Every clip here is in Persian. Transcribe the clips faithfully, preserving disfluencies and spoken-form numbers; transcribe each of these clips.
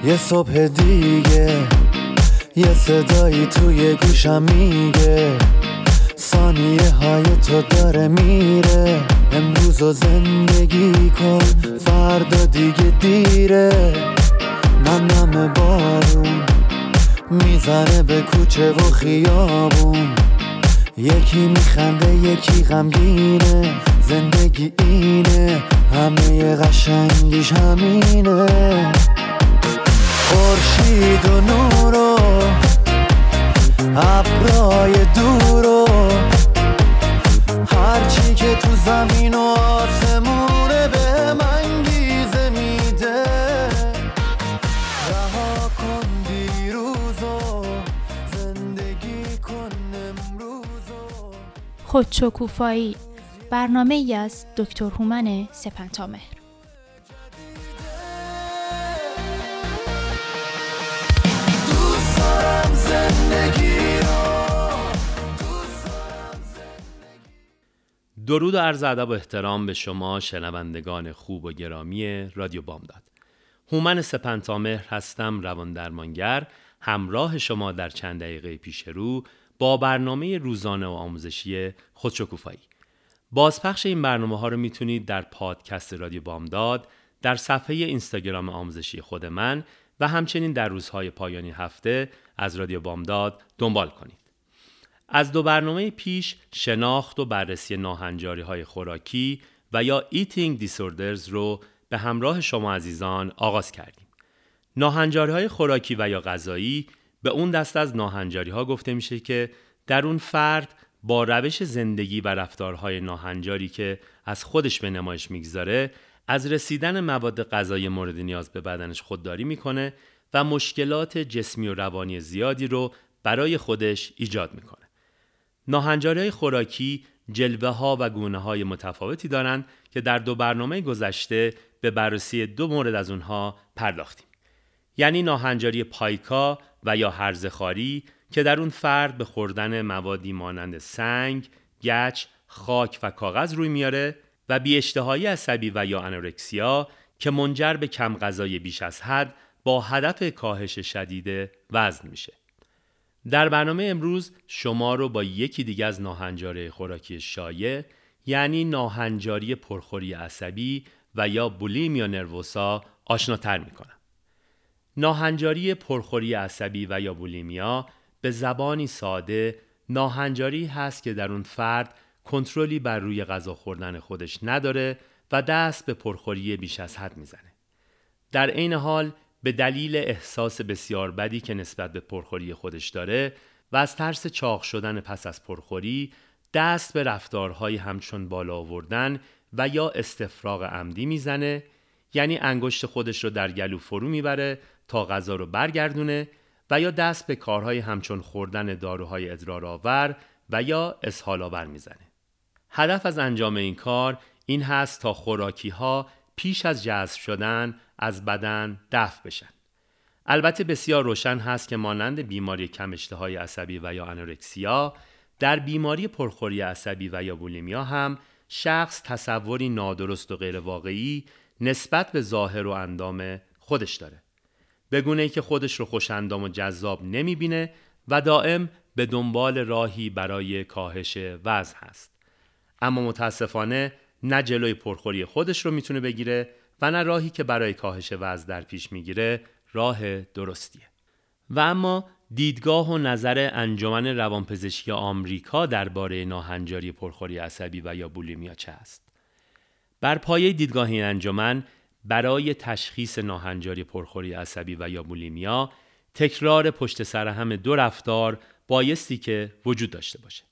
یه صبح دیگه یه صدایی توی گوشم میگه ثانیه های تو داره میره، امروز رو زندگی کن فردا دیگه دیره. نم نم بارون میزنه به کوچه و خیابون، یکی میخنده یکی غمگینه، زندگی اینه همه قشنگیش همینه. خورشید و نور و ابرای دور و هرچی که تو زمین و آسمونه به من انگیزه میده. رها کن دیروزو زندگی کن امروزو. خودشکوفایی، برنامه ای از دکتر هومن سپنتامهر. درود و عرض ادب و احترام به شما شنوندگان خوب و گرامی رادیو بامداد. هومن سپنتامهر هستم، روان درمانگر، همراه شما در چند دقیقه پیش رو با برنامه روزانه و آموزشی خودشکوفایی. بازپخش این برنامه ها رو میتونید در پادکست رادیو بامداد، در صفحه اینستاگرام آموزشی خود من و همچنین در روزهای پایانی هفته از رادیو بامداد دنبال کنید. از دو برنامه پیش شناخت و بررسی ناهنجاری های خوراکی و یا Eating Disorders رو به همراه شما عزیزان آغاز کردیم. ناهنجاری های خوراکی و یا غذایی به اون دسته از ناهنجاری ها گفته میشه که در اون فرد با روش زندگی و رفتارهای ناهنجاری که از خودش به نمایش میگذاره از رسیدن مواد غذایی مورد نیاز به بدنش خودداری میکنه و مشکلات جسمی و روانی زیادی رو برای خودش ایجاد میکنه. ناهنجاری‌های خوراکی جلوه ها و گونه های متفاوتی دارند که در دو برنامه گذشته به بررسی دو مورد از اونها پرداختیم. یعنی ناهنجاری پایکا و یا هرزخواری که در اون فرد به خوردن موادی مانند سنگ، گچ، خاک و کاغذ روی میاره و بی‌اشتهایی عصبی و یا انورکسیا که منجر به کم غذای بیش از حد با هدف کاهش شدید وزن میشه. در برنامه امروز شما رو با یکی دیگه از ناهنجاری خوراکی شایع یعنی ناهنجاری پرخوری عصبی و یا بولیمیا نروسا آشناتر میکنم. ناهنجاری پرخوری عصبی و یا بولیمیا به زبانی ساده ناهنجاری هست که در اون فرد کنترلی بر روی غذا خوردن خودش نداره و دست به پرخوری بیش از حد میزنه. در عین حال به دلیل احساس بسیار بدی که نسبت به پرخوری خودش داره و از ترس چاق شدن پس از پرخوری دست به رفتارهای همچون بالا آوردن و یا استفراغ عمدی میزنه، یعنی انگشت خودش رو در گلو فرو میبره تا غذا رو برگردونه و یا دست به کارهای همچون خوردن داروهای ادرارآور و یا اسهال‌آور میزنه. هدف از انجام این کار این هست تا خوراکی ها پیش از جذب شدن از بدن دفع بشن. البته بسیار روشن هست که مانند بیماری کم اشتهای عصبی و یا انورکسیا، در بیماری پرخوری عصبی و یا بولیمیا هم شخص تصوری نادرست و غیر واقعی نسبت به ظاهر و اندام خودش داره، به گونه‌ای که خودش رو خوش اندام و جذاب نمیبینه و دائم به دنبال راهی برای کاهش وزن هست. اما متاسفانه نه جلوی پرخوری خودش رو میتونه بگیره و نه راهی که برای کاهش وزن در پیش میگیره راه درستیه. و اما دیدگاه و نظر انجمن روانپزشکی آمریکا درباره ناهنجاری پرخوری عصبی و یا بولیمیا چه است؟ بر پایه دیدگاه این انجمن برای تشخیص ناهنجاری پرخوری عصبی و یا بولیمیا تکرار پشت سر هم دو رفتار بایستی که وجود داشته باشه.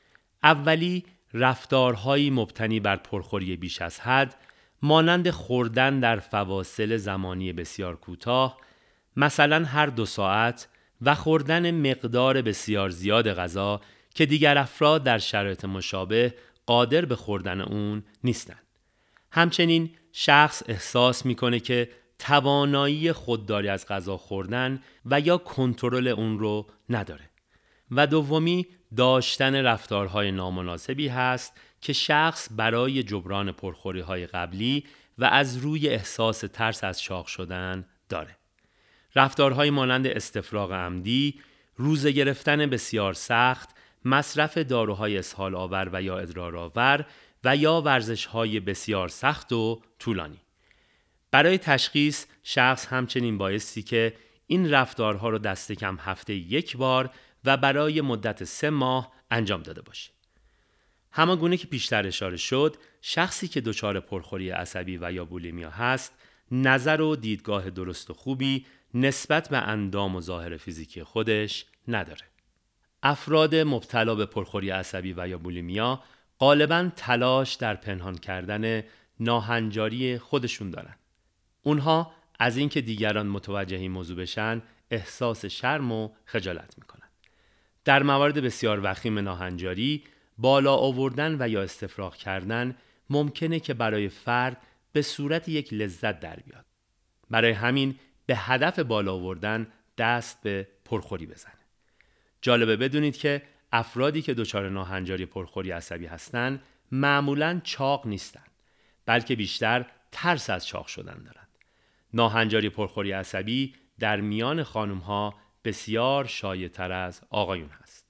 اولی رفتارهایی مبتنی بر پرخوری بیش از حد مانند خوردن در فواصل زمانی بسیار کوتاه، مثلا هر دو ساعت و خوردن مقدار بسیار زیاد غذا که دیگر افراد در شرایط مشابه قادر به خوردن اون نیستند. همچنین شخص احساس میکنه که توانایی خودداری از غذا خوردن و یا کنترل اون رو نداره. و دومی داشتن رفتارهای نامناسبی هست که شخص برای جبران پرخوری‌های قبلی و از روی احساس ترس از چاق شدن داره. رفتارهای مانند استفراغ عمدی، روزه گرفتن بسیار سخت، مصرف داروهای اسهال آور و یا ادرار آور و یا ورزش‌های بسیار سخت و طولانی. برای تشخیص شخص همچنین بایستی که این رفتارها رو دست کم هفته یک بار و برای مدت سه ماه انجام داده باشه. همانگونه که پیشتر اشاره شد، شخصی که دچار پرخوری عصبی و یا بولیمیا هست، نظر و دیدگاه درست و خوبی نسبت به اندام و ظاهر فیزیکی خودش نداره. افراد مبتلا به پرخوری عصبی و یا بولیمیا غالباً تلاش در پنهان کردن ناهنجاری خودشون دارن. اونها از اینکه دیگران متوجه این موضوع بشن احساس شرم و خجالت میکنن. در موارد بسیار وخیم ناهنجاری، بالا آوردن و یا استفراغ کردن ممکنه که برای فرد به صورت یک لذت در بیاد. برای همین به هدف بالا آوردن دست به پرخوری بزنه. جالبه بدونید که افرادی که دچار ناهنجاری پرخوری عصبی هستن معمولاً چاق نیستن، بلکه بیشتر ترس از چاق شدن دارن. ناهنجاری پرخوری عصبی در میان خانم‌ها بسیار شایع‌تر از آقایون هست.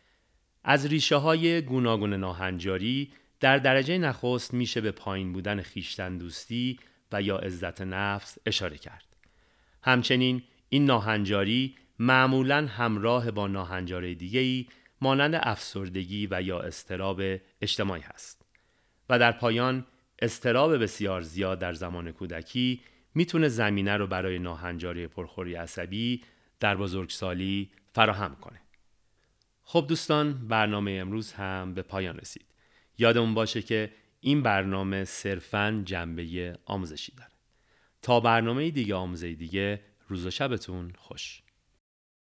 از ریشه‌های گوناگون ناهنجاری در درجه نخست میشه به پایین بودن خویشتن دوستی و یا عزت نفس اشاره کرد. همچنین این ناهنجاری معمولاً همراه با ناهنجاری دیگه‌ای مانند افسردگی و یا اضطراب اجتماعی هست. و در پایان اضطراب بسیار زیاد در زمان کودکی میتونه زمینه رو برای ناهنجاری پرخوری عصبی در بزرگسالی فراهم کنه. خب دوستان، برنامه امروز هم به پایان رسید. یادمون باشه که این برنامه صرفاً جنبه آموزشی داره. تا برنامه دیگه آموزشی دیگه، روز و شبتون خوش.